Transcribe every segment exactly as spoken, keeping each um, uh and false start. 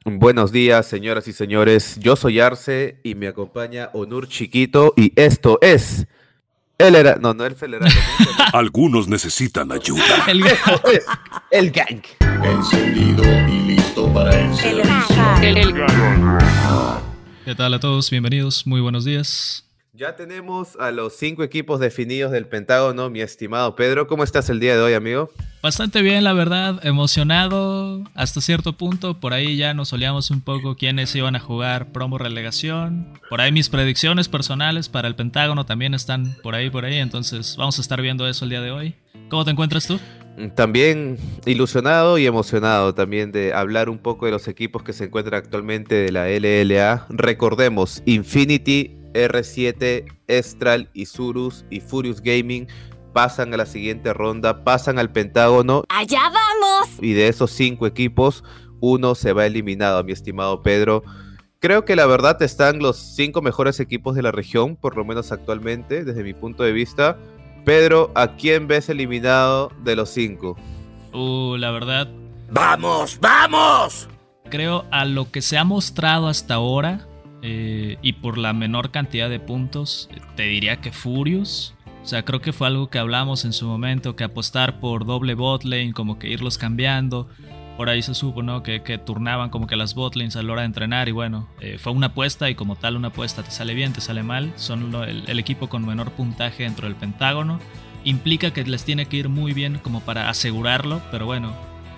Buenos días, señoras y señores. Yo soy Arce y me acompaña Onur Chiquito y esto es el era... No, no el Felerano, ¿cómo se llama? Algunos necesitan ayuda. El Esto es el Gang. Encendido y listo para el servicio. ¿Qué tal a todos? Bienvenidos, muy buenos días. Ya tenemos a los cinco equipos definidos del Pentágono, mi estimado Pedro. ¿Cómo estás el día de hoy, amigo? Bastante bien, la verdad, emocionado hasta cierto punto. Por ahí ya nos olíamos un poco quiénes iban a jugar promo relegación. Por ahí mis predicciones personales para el Pentágono también están por ahí, por ahí. Entonces vamos a estar viendo eso el día de hoy. ¿Cómo te encuentras tú? También ilusionado y emocionado también de hablar un poco de los equipos que se encuentran actualmente de la L L A. Recordemos, Infinity, R siete, Estral, Isurus y Furious Gaming pasan a la siguiente ronda, pasan al Pentágono. ¡Allá vamos! Y de esos cinco equipos, uno se va eliminado, mi estimado Pedro. Creo que la verdad están los cinco mejores equipos de la región, por lo menos actualmente, desde mi punto de vista. Pedro, ¿a quién ves eliminado de los cinco? Uh, la verdad, ¡Vamos, vamos! creo a lo que se ha mostrado hasta ahora eh, y por la menor cantidad de puntos, te diría que Furious. O sea, creo que fue algo que hablamos en su momento, que apostar por doble botlane, como que irlos cambiando. Por ahí se supo, ¿no? Que, que turnaban como que las botlanes a la hora de entrenar y bueno, eh, fue una apuesta y como tal una apuesta te sale bien, te sale mal. Son lo, el, el equipo con menor puntaje dentro del Pentágono. Implica que les tiene que ir muy bien como para asegurarlo, pero bueno,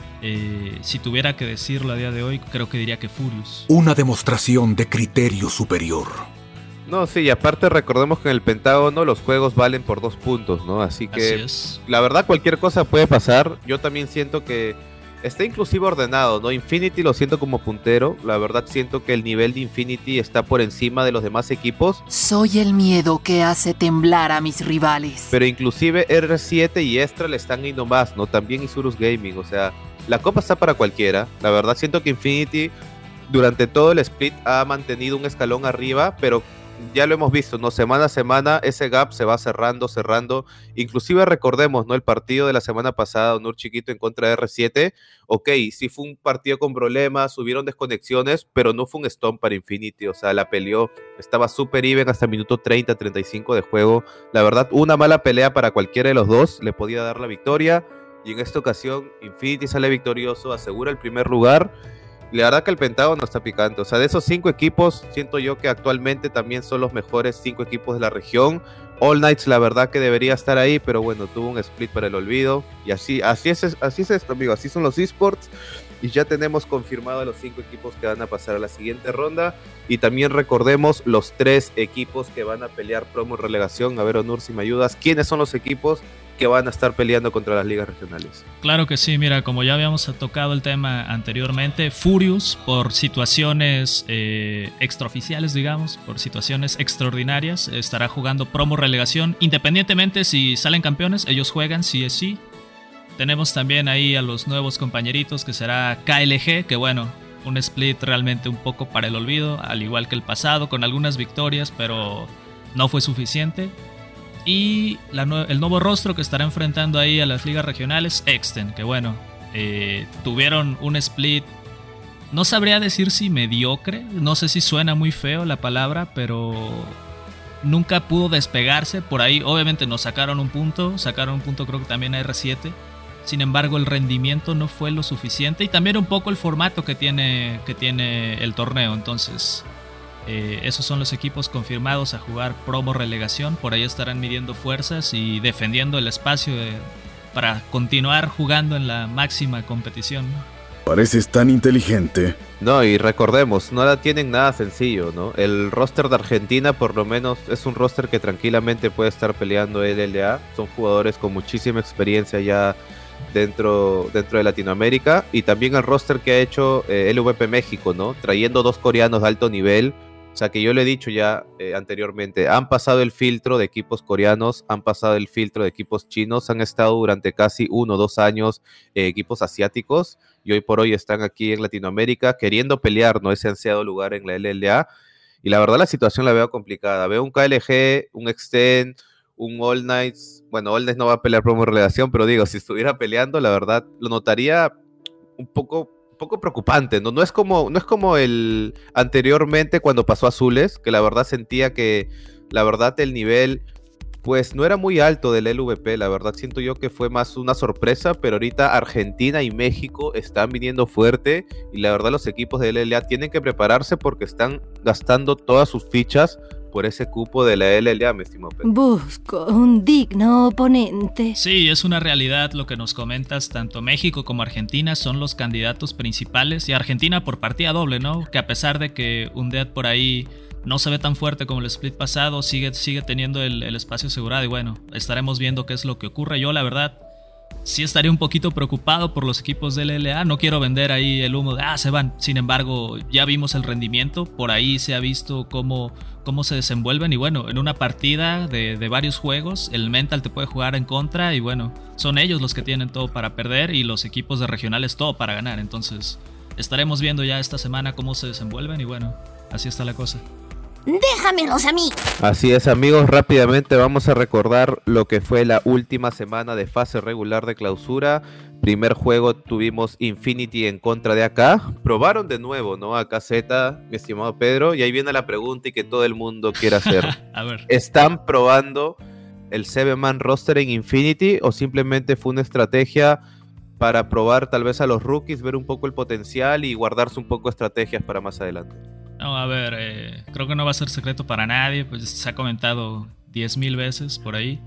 eh, si tuviera que decirlo a día de hoy, creo que diría que Furious. Una demostración de criterio superior. No, sí, y aparte recordemos que en el Pentágono los juegos valen por dos puntos, ¿no? Así que, Así es. la verdad, cualquier cosa puede pasar. Yo también siento que está inclusive ordenado, ¿no? Infinity lo siento como puntero. La verdad siento que el nivel de Infinity está por encima de los demás equipos. Soy el miedo que hace temblar a mis rivales. Pero inclusive R siete y Estral están ahí nomás, ¿no? También Isurus Gaming, o sea, la copa está para cualquiera. La verdad siento que Infinity durante todo el split ha mantenido un escalón arriba, pero ya lo hemos visto, ¿no? Semana a semana ese gap se va cerrando, cerrando. Inclusive recordemos, ¿no? El partido de la semana pasada, Onur Chiquito en contra de R siete. Ok, sí fue un partido con problemas, hubieron desconexiones, pero no fue un stomp para Infinity. O sea, la peleó, estaba súper even hasta el minuto treinta, treinta y cinco de juego. La verdad, una mala pelea para cualquiera de los dos le podía dar la victoria. Y en esta ocasión, Infinity sale victorioso, asegura el primer lugar. La verdad que el Pentágono está picante. O sea, de esos cinco equipos, siento yo que actualmente también son los mejores cinco equipos de la región. All Knights, la verdad que debería estar ahí, pero bueno, tuvo un split para el olvido. Y así, así es, así es esto, amigo. Así son los esports. Y ya tenemos confirmado a los cinco equipos que van a pasar a la siguiente ronda. Y también recordemos los tres equipos que van a pelear promo relegación. A ver, Onur, si me ayudas. ¿Quiénes son los equipos que van a estar peleando contra las ligas regionales? Claro que sí, mira, como ya habíamos tocado el tema anteriormente, Furious por situaciones eh, extraoficiales, digamos, por situaciones extraordinarias, estará jugando promo relegación, independientemente si salen campeones, ellos juegan sí es sí. Tenemos también ahí a los nuevos compañeritos que será K L G, que bueno, un split realmente un poco para el olvido, al igual que el pasado, con algunas victorias, pero no fue suficiente. Y la, el nuevo rostro que estará enfrentando ahí a las ligas regionales, Exten, que bueno, eh, tuvieron un split, no sabría decir si mediocre, no sé si suena muy feo la palabra, pero nunca pudo despegarse. Por ahí obviamente nos sacaron un punto, sacaron un punto creo que también a R siete, sin embargo el rendimiento no fue lo suficiente y también un poco el formato que tiene, que tiene el torneo, entonces... Eh, esos son los equipos confirmados a jugar promo relegación. Por ahí estarán midiendo fuerzas y defendiendo el espacio de, para continuar jugando en la máxima competición. Pareces tan inteligente. No, y recordemos, no la tienen nada sencillo, ¿no? El roster de Argentina por lo menos es un roster que tranquilamente puede estar peleando L L A. Son jugadores con muchísima experiencia ya dentro, dentro de Latinoamérica. Y también el roster que ha hecho eh, L V P México, ¿no? Trayendo dos coreanos de alto nivel. O sea, que yo le he dicho ya eh, anteriormente, han pasado el filtro de equipos coreanos, han pasado el filtro de equipos chinos, han estado durante casi uno o dos años eh, equipos asiáticos y hoy por hoy están aquí en Latinoamérica queriendo pelear, ¿no? Ese ansiado lugar en la L L A. Y la verdad la situación la veo complicada. Veo un K L G, un Extend, un All Knights. Bueno, All Knights no va a pelear promo relegación, pero digo, si estuviera peleando, la verdad lo notaría un poco poco preocupante, ¿no? No es como, no es como el anteriormente cuando pasó a Azules, que la verdad sentía que, la verdad, el nivel, pues no era muy alto del L V P, la verdad siento yo que fue más una sorpresa, pero ahorita Argentina y México están viniendo fuerte y la verdad los equipos de L L A tienen que prepararse porque están gastando todas sus fichas por ese cupo de la L L A, mi estimado Pedro. Busco un digno oponente. Sí, es una realidad lo que nos comentas. Tanto México como Argentina son los candidatos principales. Y Argentina por partida doble, ¿no? Que a pesar de que Undead por ahí no se ve tan fuerte como el split pasado, sigue, sigue teniendo el, el espacio asegurado. Y bueno, estaremos viendo qué es lo que ocurre. Yo, la verdad, sí estaría un poquito preocupado por los equipos del L L A. No quiero vender ahí el humo de, ah, se van. Sin embargo, ya vimos el rendimiento. Por ahí se ha visto cómo, cómo se desenvuelven. Y bueno, en una partida de, de varios juegos, el mental te puede jugar en contra. Y bueno, son ellos los que tienen todo para perder y los equipos de regionales todo para ganar. Entonces, estaremos viendo ya esta semana cómo se desenvuelven. Y bueno, así está la cosa. Déjamelos a mí. Así es, amigos, rápidamente vamos a recordar lo que fue la última semana de fase regular de clausura. Primer juego tuvimos Infinity en contra de A K. Probaron de nuevo, ¿no? A K Z, mi estimado Pedro, y ahí viene la pregunta y que todo el mundo quiere hacer. A ver. ¿Están probando el seven man roster en Infinity o simplemente fue una estrategia para probar tal vez a los rookies, ver un poco el potencial y guardarse un poco estrategias para más adelante? No, a ver, eh, creo que no va a ser secreto para nadie, pues se ha comentado diez mil veces por ahí.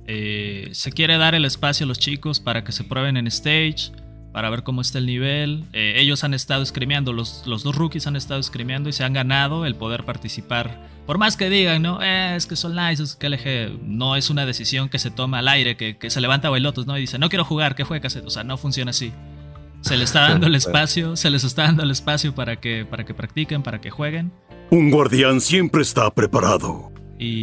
Eh, se quiere dar el espacio a los chicos para que se prueben en stage, para ver cómo está el nivel. Eh, ellos han estado scrimeando, los, los dos rookies han estado scrimeando y se han ganado el poder participar. Por más que digan, ¿no? Eh, es que son nice, es que L G, no es una decisión que se toma al aire, que, que se levanta Bailotos, ¿no? Y dice, no quiero jugar, que juegue cassette. O sea, no funciona así. Se les está dando el espacio, se les está dando el espacio para que, para que practiquen, para que jueguen. Un guardián siempre está preparado.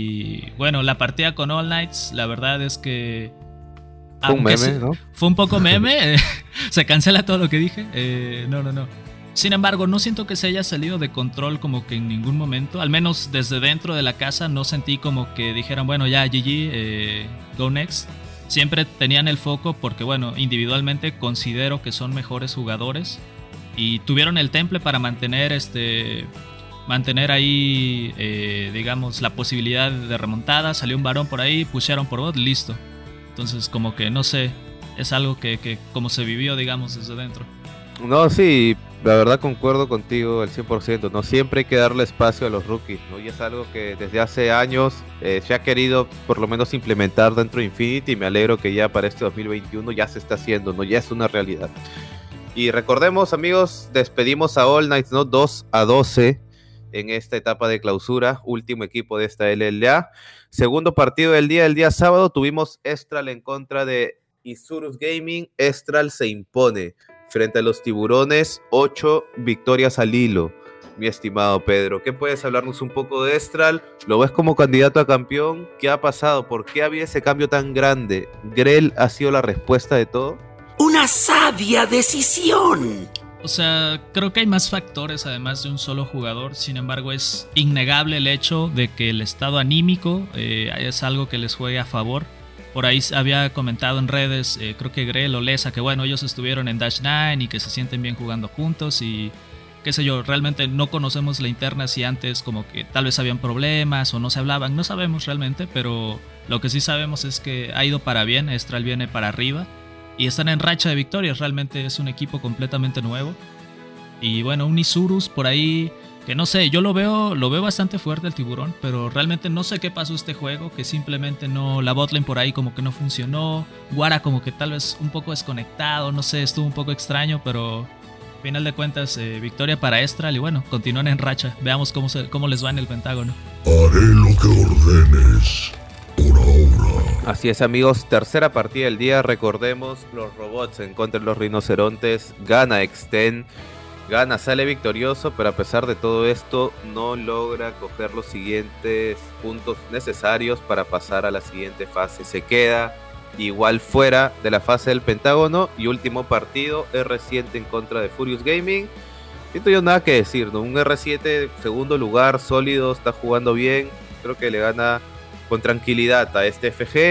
Y bueno, la partida con All Knights, la verdad es que... Fue un meme, se, ¿no? Fue un poco meme, eh, se cancela todo lo que dije. Eh, no, no, no. Sin embargo, no siento que se haya salido de control como que en ningún momento. Al menos desde dentro de la casa no sentí como que dijeran, bueno, ya G G, eh, go next. Siempre tenían el foco porque, bueno, individualmente considero que son mejores jugadores y tuvieron el temple para mantener este mantener ahí, eh, digamos, la posibilidad de remontada. Salió un varón por ahí, pushearon por bot, listo. Entonces, como que, no sé, es algo que, que como se vivió, digamos, desde dentro. No, sí, la verdad concuerdo contigo al cien por ciento, ¿no? Siempre hay que darle espacio a los rookies, ¿no? Y es algo que desde hace años eh, se ha querido por lo menos implementar dentro de Infinity y me alegro que ya para este dos mil veintiuno ya se está haciendo, ¿no? Ya es una realidad. Y recordemos, amigos, despedimos a All Knights, ¿no? dos a doce en esta etapa de clausura, último equipo de esta L L A. Segundo partido del día, el día sábado, tuvimos Estral en contra de Isurus Gaming. Estral se impone frente a los Tiburones, ocho victorias al hilo, mi estimado Pedro. ¿Qué puedes hablarnos un poco de Estral? ¿Lo ves como candidato a campeón? ¿Qué ha pasado? ¿Por qué había ese cambio tan grande? ¿Grell ha sido la respuesta de todo? ¡Una sabia decisión! O sea, creo que hay más factores además de un solo jugador. Sin embargo, es innegable el hecho de que el estado anímico eh, es algo que les juegue a favor. Por ahí había comentado en redes, eh, creo que Grell o Lesa, que bueno, ellos estuvieron en Dash nueve y que se sienten bien jugando juntos y qué sé yo, realmente no conocemos la interna si antes como que tal vez habían problemas o no se hablaban, no sabemos realmente, pero lo que sí sabemos es que ha ido para bien, Estral viene para arriba y están en racha de victorias, realmente es un equipo completamente nuevo. Y bueno, un Isurus por ahí... Que no sé, yo lo veo, lo veo bastante fuerte el Tiburón, pero realmente no sé qué pasó este juego, que simplemente no, la botlane por ahí como que no funcionó, Guara como que tal vez un poco desconectado, no sé, estuvo un poco extraño, pero al final de cuentas, eh, victoria para Estral y bueno, continúan en racha, veamos cómo, se, cómo les va en el Pentágono. Haré lo que ordenes, por ahora. Así es, amigos, tercera partida del día, recordemos, los robots en contra de los rinocerontes, gana Extend. Gana, sale victorioso, pero a pesar de todo esto no logra coger los siguientes puntos necesarios para pasar a la siguiente fase. Se queda igual fuera de la fase del Pentágono y último partido, R siete en contra de Furious Gaming. Siento yo nada que decir, ¿no? Un R siete segundo lugar, sólido, está jugando bien, creo que le gana con tranquilidad a este F G.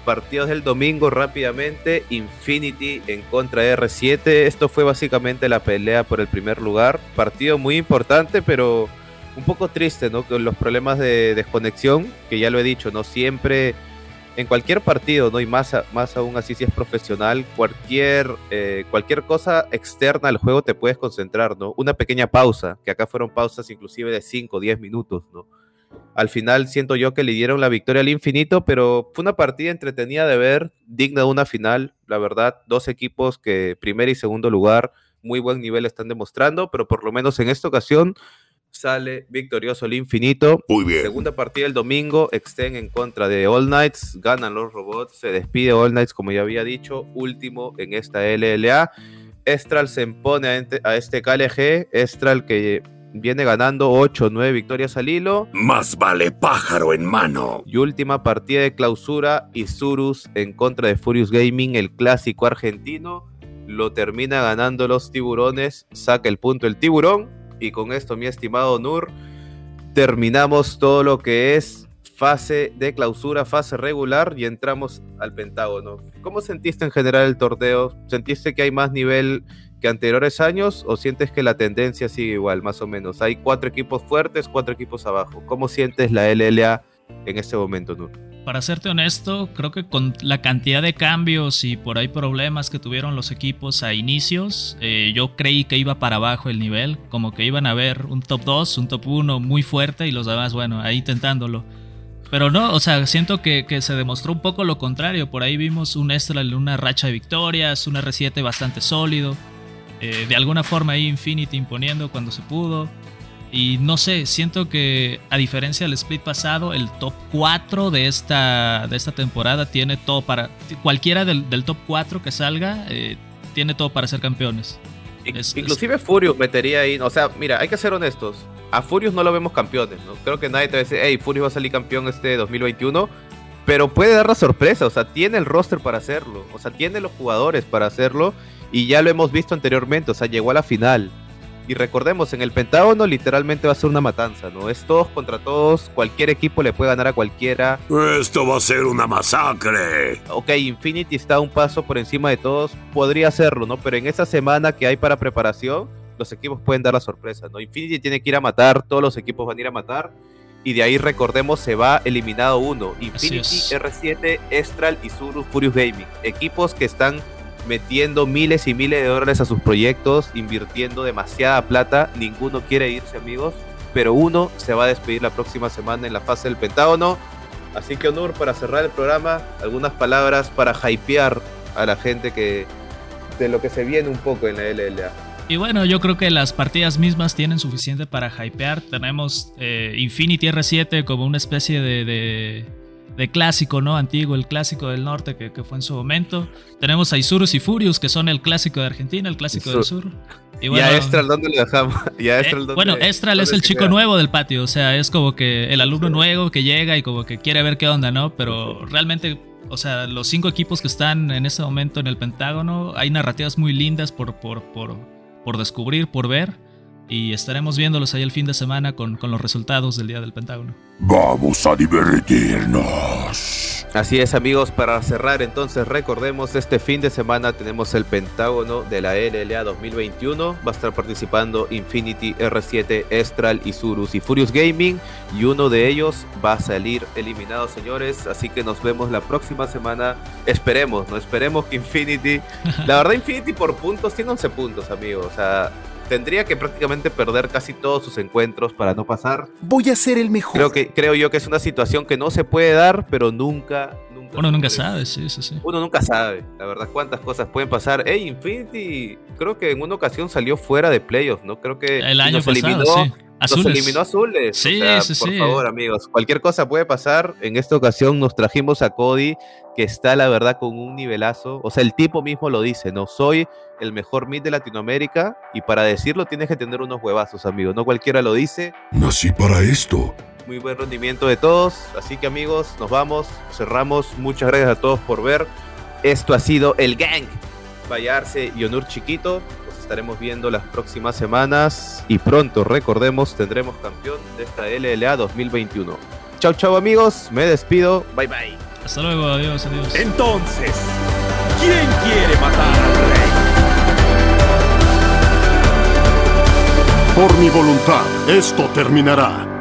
partidos del domingo rápidamente. Infinity en contra de erre siete. Esto fue básicamente la pelea por el primer lugar. Partido muy importante, pero un poco triste, ¿no? Con los problemas de desconexión, que ya lo he dicho, ¿no? Siempre, en cualquier partido, ¿no? Y más, a, más aún así si es profesional, cualquier, eh, cualquier cosa externa al juego te puedes concentrar, ¿no? Una pequeña pausa, que acá fueron pausas inclusive de cinco o diez minutos, ¿no? Al final siento yo que le dieron la victoria al infinito, pero fue una partida entretenida de ver, digna de una final, la verdad. Dos equipos que primer y segundo lugar, muy buen nivel están demostrando, pero por lo menos en esta ocasión sale victorioso el infinito. Muy bien. Segunda partida el domingo, Extend en contra de All Knights, ganan los robots, se despide All Knights, como ya había dicho, último en esta L L A. Estral se impone a, ente, a este K L G, Estral que viene ganando ocho o nueve victorias al hilo. Más vale pájaro en mano. Y última partida de clausura, Isurus en contra de Furious Gaming, el clásico argentino. Lo termina ganando los tiburones, saca el punto el tiburón. Y con esto, mi estimado Nur, terminamos todo lo que es fase de clausura, fase regular, y entramos al Pentágono. ¿Cómo sentiste en general el torneo? ¿Sentiste que hay más nivel que anteriores años o sientes que la tendencia sigue igual, más o menos? Hay cuatro equipos fuertes, cuatro equipos abajo. ¿Cómo sientes la L L A en este momento, Nur? Para serte honesto, creo que con la cantidad de cambios y por ahí problemas que tuvieron los equipos a inicios, eh, yo creí que iba para abajo el nivel, como que iban a haber un top dos, un top uno muy fuerte y los demás, bueno, ahí intentándolo. Pero no, o sea, siento que, que se demostró un poco lo contrario. Por ahí vimos un Estral, una racha de victorias, un erre siete bastante sólido. Eh, de alguna forma ahí Infinity imponiendo cuando se pudo. Y no sé, siento que a diferencia del split pasado, el top cuatro de esta, de esta temporada tiene todo para... Cualquiera del, del top cuatro que salga, eh, tiene todo para ser campeones. Es, Inclusive es... Furious metería ahí, o sea, mira, hay que ser honestos. A Furious no lo vemos campeones, ¿no? Creo que nadie te va a decir, hey, Furious va a salir campeón este dos mil veintiuno, pero puede dar la sorpresa, o sea, tiene el roster para hacerlo, o sea, tiene los jugadores para hacerlo, y ya lo hemos visto anteriormente, o sea, llegó a la final. Y recordemos, en el Pentágono literalmente va a ser una matanza, ¿no? Es todos contra todos, cualquier equipo le puede ganar a cualquiera. Esto va a ser una masacre. Ok, Infinity está un paso por encima de todos, podría hacerlo, ¿no? Pero en esa semana que hay para preparación, los equipos pueden dar la sorpresa, ¿no? Infinity tiene que ir a matar, todos los equipos van a ir a matar, y de ahí, recordemos, se va eliminado uno. Infinity, erre siete, Estral y Isurus, Furious Gaming. Equipos que están metiendo miles y miles de dólares a sus proyectos, invirtiendo demasiada plata. Ninguno quiere irse, amigos, pero uno se va a despedir la próxima semana en la fase del Pentágono. Así que, Onur, para cerrar el programa, algunas palabras para hypear a la gente que de lo que se viene un poco en la L L A. Y bueno, yo creo que las partidas mismas tienen suficiente para hypear. Tenemos eh, Infinity erre siete como una especie de... de... de clásico, ¿no? Antiguo, el clásico del norte que, que fue en su momento. Tenemos a Isurus y Furious, que son el clásico de Argentina, el clásico Isur. del sur. Y, bueno, ¿Y a Estral dónde le dejamos? ¿Y a Estral, eh, dónde, bueno, Estral es el chico queda? nuevo del patio, o sea, es como que el alumno sí. nuevo que llega y como que quiere ver qué onda, ¿no? Pero sí. realmente, o sea, los cinco equipos que están en este momento en el Pentágono, hay narrativas muy lindas por, por, por, por descubrir, por ver. Y estaremos viéndolos ahí el fin de semana con, con los resultados del día del Pentágono. Vamos a divertirnos. Así es, amigos, para cerrar entonces recordemos, este fin de semana tenemos el Pentágono de la L L A dos mil veintiuno. Va a estar participando Infinity, erre siete, Estral, Isurus y Furious Gaming, y uno de ellos va a salir eliminado, señores. Así que nos vemos la próxima semana. Esperemos, no esperemos que Infinity... La verdad, Infinity por puntos tiene once puntos, amigos. O sea... tendría que prácticamente perder casi todos sus encuentros para no pasar. Voy a ser el mejor. Creo que creo yo que es una situación que no se puede dar, pero nunca, nunca. Uno nunca sabe, sí, sí, sí. Uno nunca sabe, la verdad, cuántas cosas pueden pasar. Hey, Infinity, creo que en una ocasión salió fuera de playoffs, ¿no? Creo que el año nos pasado, eliminó, sí. Azules. Nos eliminó Azules. Sí, o sea, sí, por sí. favor, amigos, cualquier cosa puede pasar. En esta ocasión nos trajimos a Cody, que está, la verdad, con un nivelazo. O sea, el tipo mismo lo dice, ¿no? Soy el mejor mid de Latinoamérica, y para decirlo tienes que tener unos huevazos, amigos. No cualquiera lo dice. Nací para esto. Muy buen rendimiento de todos. Así que, amigos, nos vamos, cerramos. Muchas gracias a todos por ver. Esto ha sido el Gang. Vallarse y Onur Chiquito. Los estaremos viendo las próximas semanas. Y pronto, recordemos, tendremos campeón de esta L L A dos mil veintiuno. Chau, chau, amigos. Me despido. Bye, bye. Hasta luego, adiós, adiós. Entonces, ¿quién quiere matar al rey? Por mi voluntad, esto terminará.